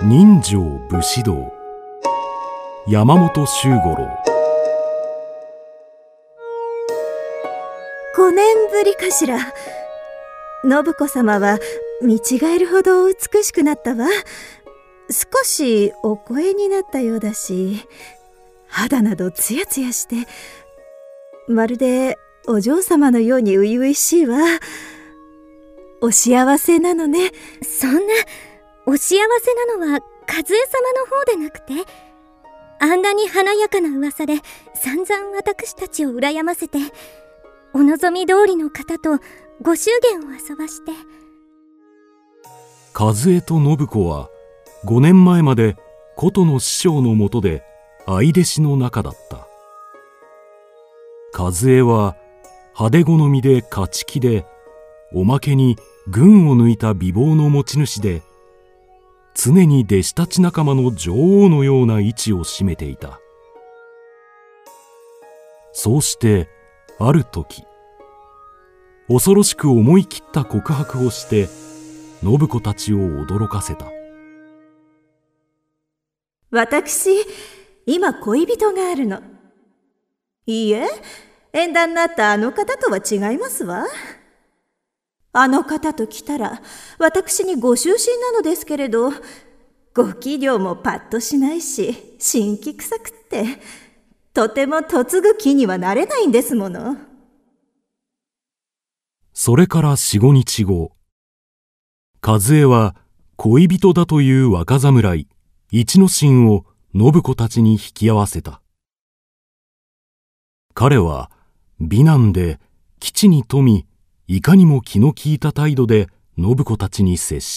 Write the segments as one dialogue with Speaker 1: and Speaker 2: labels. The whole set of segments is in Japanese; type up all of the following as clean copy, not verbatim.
Speaker 1: 人情武士道山本周五郎。
Speaker 2: 5年ぶりかしら。信子様は見違えるほど美しくなったわ。少しお声になったようだし、肌などツヤツヤして、まるでお嬢様のように初々しいわ。お幸せなのね。
Speaker 3: そんなお幸せなのは和江様の方でなくて、あんなに華やかな噂で散々私たちを羨ませて、お望み通りの方とご祝言を遊ばして。
Speaker 1: 和江と信子は5年前まで琴の師匠のもとで相弟子の仲だった。和江は派手好みで勝ち気で、おまけに群を抜いた美貌の持ち主で、常に弟子たち仲間の女王のような位置を占めていた。そうしてある時、恐ろしく思い切った告白をして信子たちを驚かせた。
Speaker 2: 私、今恋人があるの。いいえ、縁談になったあの方とは違いますわ。あの方と来たら私にご就寝なのですけれど、ご器量もパッとしないし、辛気臭くって、とても嫁ぐ気にはなれないんですもの。
Speaker 1: それから4、5日後、和江は恋人だという若侍一之進を信子たちに引き合わせた。彼は美男で基地に富み、いかにも気の利いた態度で信子たちに接した。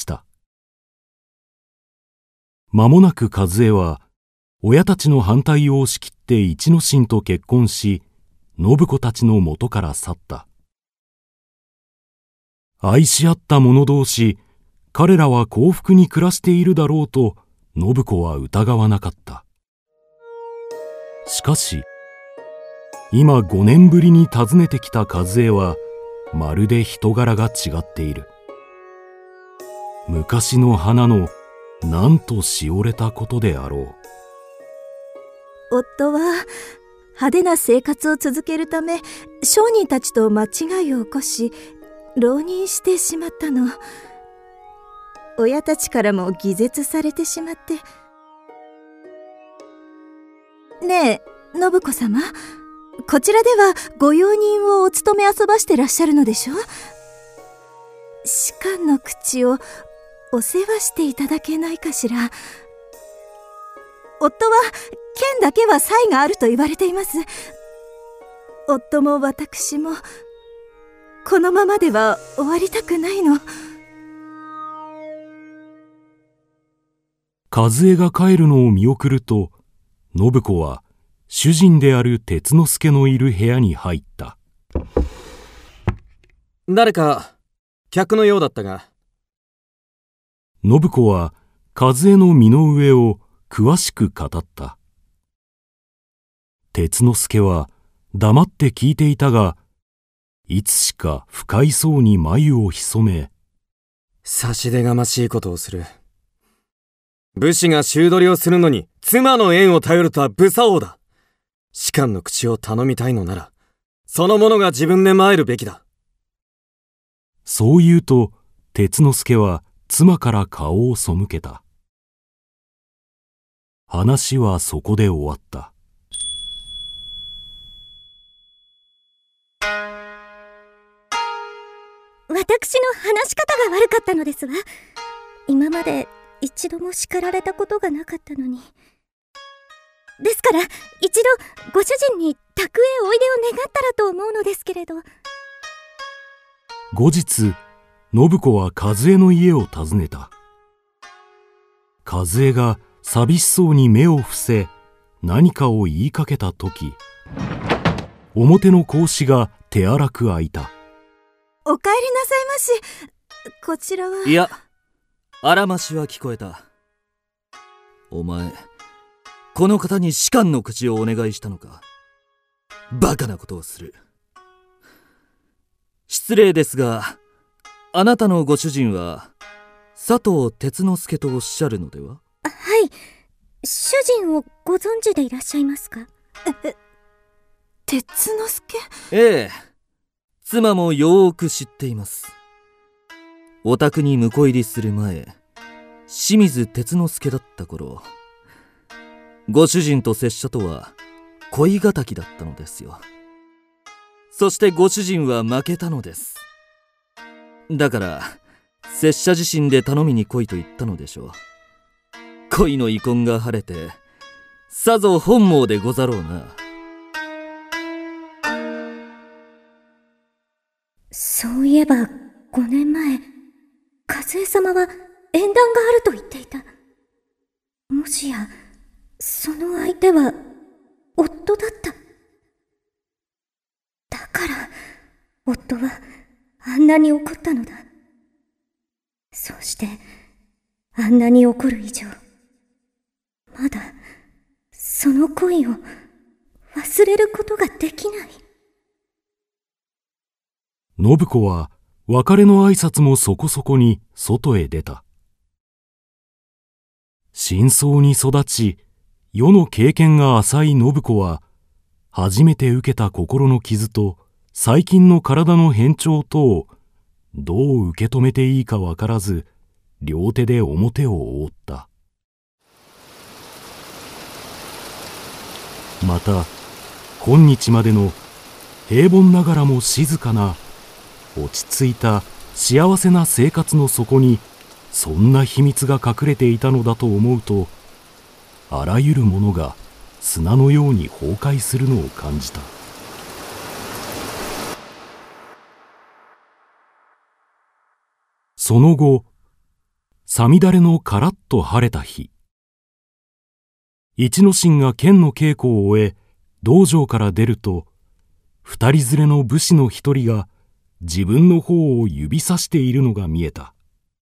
Speaker 1: 間もなく和江は親たちの反対を押し切って一之進と結婚し、信子たちの元から去った。愛し合った者同士、彼らは幸福に暮らしているだろうと信子は疑わなかった。しかし今5年ぶりに訪ねてきた和江はまるで人柄が違っている。昔の花のなんとしおれたことであろ
Speaker 2: う。夫は派手な生活を続けるため、商人たちと間違いを起こし浪人してしまったの。親たちからも疑絶されてしまって。ねえ、信子様、こちらではご用人をお勤め遊ばしてらっしゃるのでしょ。仕官の口をお世話していただけないかしら。夫は剣だけは才があると言われています。夫も私もこのままでは終わりたくないの。
Speaker 1: 和江が帰るのを見送ると、信子は主人である鉄之助のいる部屋に入った。
Speaker 4: 誰か客のようだったが。
Speaker 1: 信子は和江の身の上を詳しく語った。鉄之助は黙って聞いていたが、いつしか不快そうに眉を潜め、
Speaker 4: 差し出がましいことをする。武士が衆取りをするのに妻の縁を頼るとは不作法だ。仕官の口を頼みたいのなら、その者が自分で参るべきだ。
Speaker 1: そう言うと鉄之助は妻から顔を背けた。話はそこで終わった。
Speaker 3: 私の話し方が悪かったのですわ。今まで一度も叱られたことがなかったのに。ですから一度ご主人に宅へおいでを願ったらと思うのですけれど。
Speaker 1: 後日、信子は和江の家を訪ねた。和江が寂しそうに目を伏せ何かを言いかけたとき、表の格子が手荒く開いた。
Speaker 2: お帰りなさいまし。こちらは。
Speaker 5: いや、あらましは聞こえた。お前、この方に仕官の口をお願いしたのか。バカなことをする。失礼ですが、あなたのご主人は佐藤鉄之助とおっしゃるのでは？
Speaker 3: 主人をご存知でいらっしゃいますか？
Speaker 2: 鉄之助？
Speaker 5: ええ、妻もよーく知っています。お宅に婿入りする前、清水鉄之助だった頃、ご主人と拙者とは恋敵だったのですよ。そしてご主人は負けたのです。だから拙者自身で頼みに来いと言ったのでしょう。恋の遺恨が晴れてさぞ本望でござろうな。
Speaker 3: そういえば5年前、和江様は縁談があると言っていた。もしやその相手は夫だった。だから夫はあんなに怒ったのだ。そうしてあんなに怒る以上、まだその恋を忘れることができない。
Speaker 1: 信子は別れの挨拶もそこそこに外へ出た。深僧に育ち、世の経験が浅い信子は、初めて受けた心の傷と最近の体の変調とをどう受け止めていいかわからず、両手で表を覆った。また今日までの平凡ながらも静かな落ち着いた幸せな生活の底にそんな秘密が隠れていたのだと思うと、あらゆるものが砂のように崩壊するのを感じた。その後、さみだれのカラッと晴れた日、一之進が剣の稽古を終え道場から出ると、二人連れの武士の一人が自分の方を指さしているのが見えた。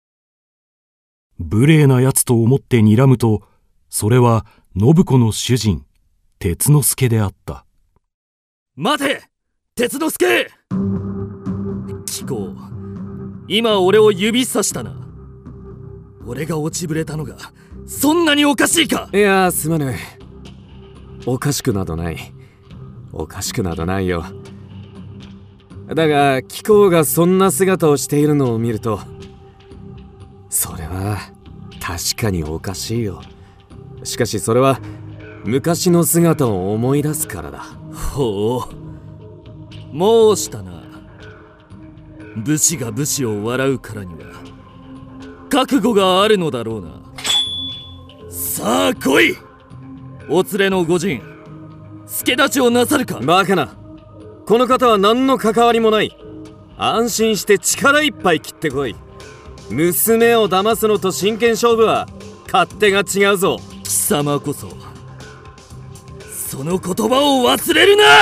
Speaker 1: 無礼なやつと思って睨むと、それは信子の主人鉄之助であった。
Speaker 5: 待て、鉄之助！貴公、今俺を指さしたな。俺が落ちぶれたのがそんなにおかしいか？
Speaker 4: いや、すまぬ。おかしくなどない。おかしくなどないよ。だが貴公がそんな姿をしているのを見ると、それは確かにおかしいよ。しかしそれは昔の姿を思い出すからだ。
Speaker 5: ほう、申したな。武士が武士を笑うからには覚悟があるのだろうな。さあ来い、お連れの御仁、助立ちをなさるか。
Speaker 4: バカな、この方は何の関わりもない。安心して力いっぱい切ってこい。娘を騙すのと真剣勝負は勝手が違うぞ。
Speaker 5: 貴様こそその言葉を忘れるな。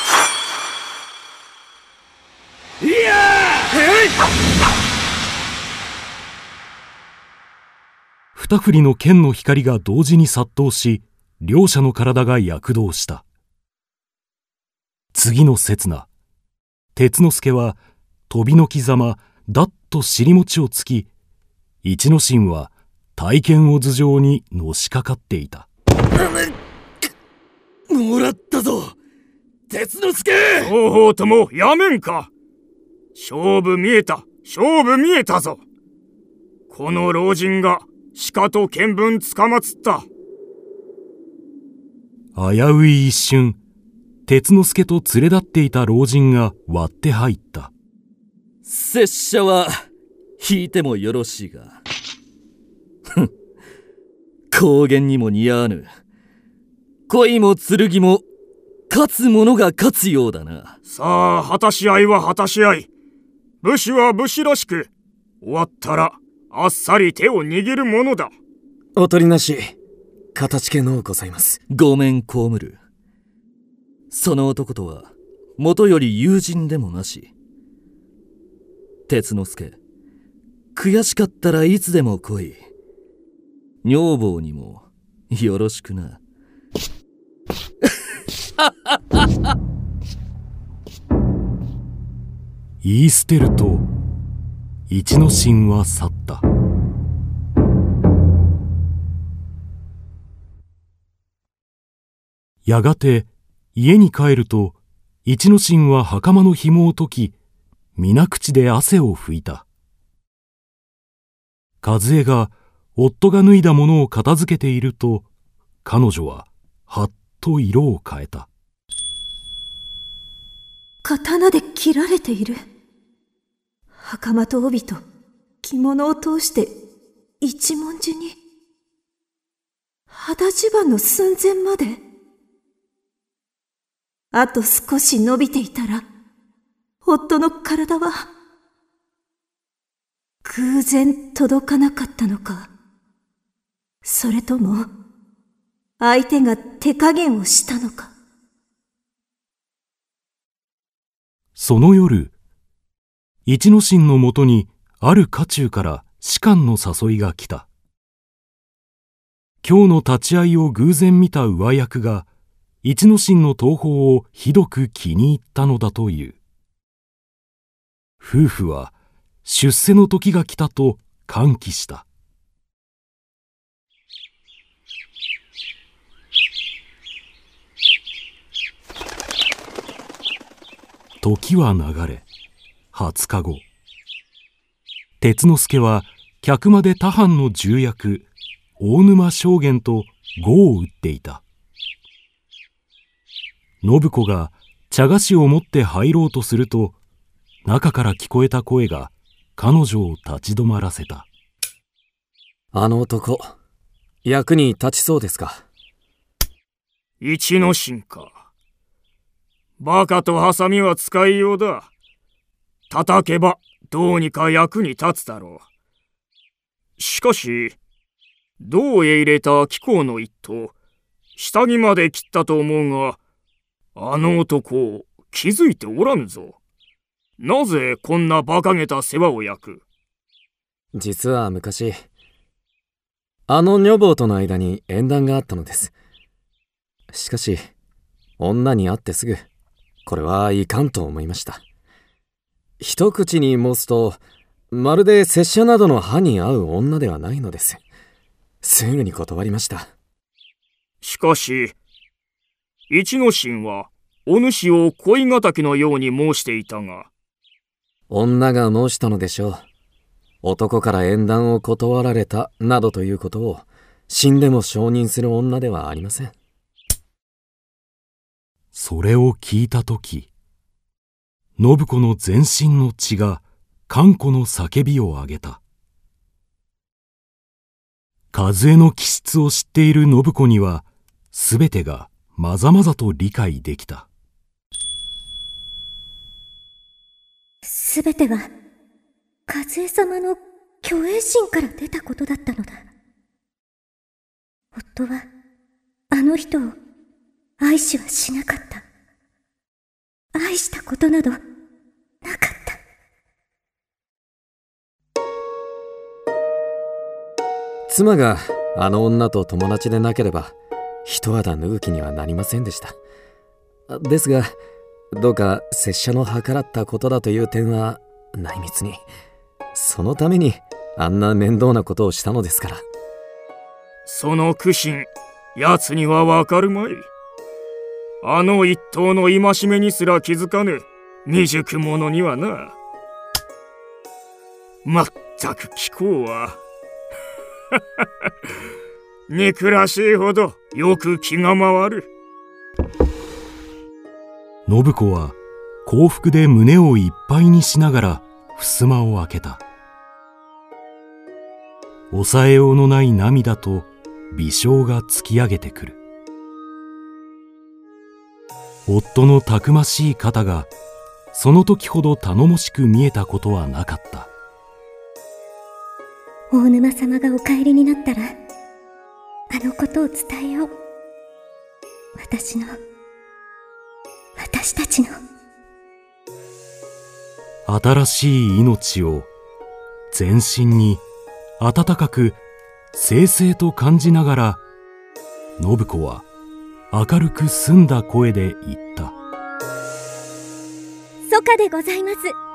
Speaker 5: いや
Speaker 1: 二振りの剣の光が同時に殺到し、両者の体が躍動した。次の刹那、鉄之助は飛びのきざまだっと尻餅をつき、一之進は体剣を頭上にのしかかっていた。
Speaker 5: もらったぞ、鉄之助！
Speaker 6: 双方ともやめんか。勝負見えた、勝負見えたぞ。この老人が鹿と見聞つかまつった。
Speaker 1: 危うい一瞬、鉄之助と連れ立っていた老人が割って入った。
Speaker 5: 拙者は引いてもよろしいが、高原にも似合わぬ。恋も剣も勝つ者が勝つようだな。
Speaker 6: さあ、果たし合いは果たし合い。武士は武士らしく、終わったらあっさり手を握るものだ。
Speaker 4: おとりなし、形気のうございます。
Speaker 5: ごめん被る。その男とはもとより友人でもなし。鉄之助、悔しかったらいつでも来い。女房にもよろしくな。
Speaker 1: 言い捨てると一之進は去った。 やがて家に帰ると、一之進は袴の紐を解き、皆口で汗を拭いた。和江が夫が脱いだものを片付けていると、彼女ははっと色を変えた。
Speaker 2: 刀で切られている。袴と帯と着物を通して一文字に。肌襦袢の寸前まで。あと少し伸びていたら、夫の体は、偶然届かなかったのか。それとも、相手が手加減をしたのか。
Speaker 1: その夜、一之進のもとにある家中から仕官の誘いが来た。今日の立ち会いを偶然見た上役が、一之進の刀法をひどく気に入ったのだという。夫婦は出世の時が来たと歓喜した。時は流れ、20日後、鉄之助は客間で他藩の重役大沼将監と碁を打っていた。信子が茶菓子を持って入ろうとすると、中から聞こえた声が彼女を立ち止まらせた。
Speaker 4: あの男、役に立ちそうですか？
Speaker 6: 一之進か。バカとハサミは使いようだ。叩けばどうにか役に立つだろう。しかし、銅へ入れた貴公の一刀、下着まで切ったと思うが、あの男、気づいておらぬぞ。なぜこんな馬鹿げた世話を焼く？
Speaker 4: 実は昔、あの女房との間に縁談があったのです。しかし、女に会ってすぐ、これはいかんと思いました。一口に申すと、まるで拙者などの歯に合う女ではないのです。すぐに断りました。
Speaker 6: しかし、一之進はお主を恋敵のように申していたが。
Speaker 4: 女が申したのでしょう。男から縁談を断られたなどということを死んでも承認する女ではありません。
Speaker 1: それを聞いたとき、信子の全身の血が頑固の叫びを上げた。和江の気質を知っている信子には、すべてがまざまざと理解できた。
Speaker 3: すべては、和江様の虚栄心から出たことだったのだ。夫は、あの人を愛しはしなかった。愛したことなどなかった。
Speaker 4: 妻があの女と友達でなければ一肌脱ぐ気にはなりませんでした。ですが、どうか拙者の計らったことだという点は内密に。そのためにあんな面倒なことをしたのですから。
Speaker 6: その苦心、奴にはわかるまい。あの一刀の戒めにすら気づかぬ未熟者にはな。まったく貴公は憎らしいほどよく気が回る。
Speaker 1: 信子は幸福で胸をいっぱいにしながら襖を開けた。抑えようのない涙と微笑が突き上げてくる。夫のたくましい肩がその時ほど頼もしく見えたことはなかった。
Speaker 3: 大沼様がお帰りになったら、あのことを伝えよう。私たちの
Speaker 1: 新しい命を全身に温かく清々と感じながら、信子は明るく澄んだ声で言った。
Speaker 3: 蘇我でございます。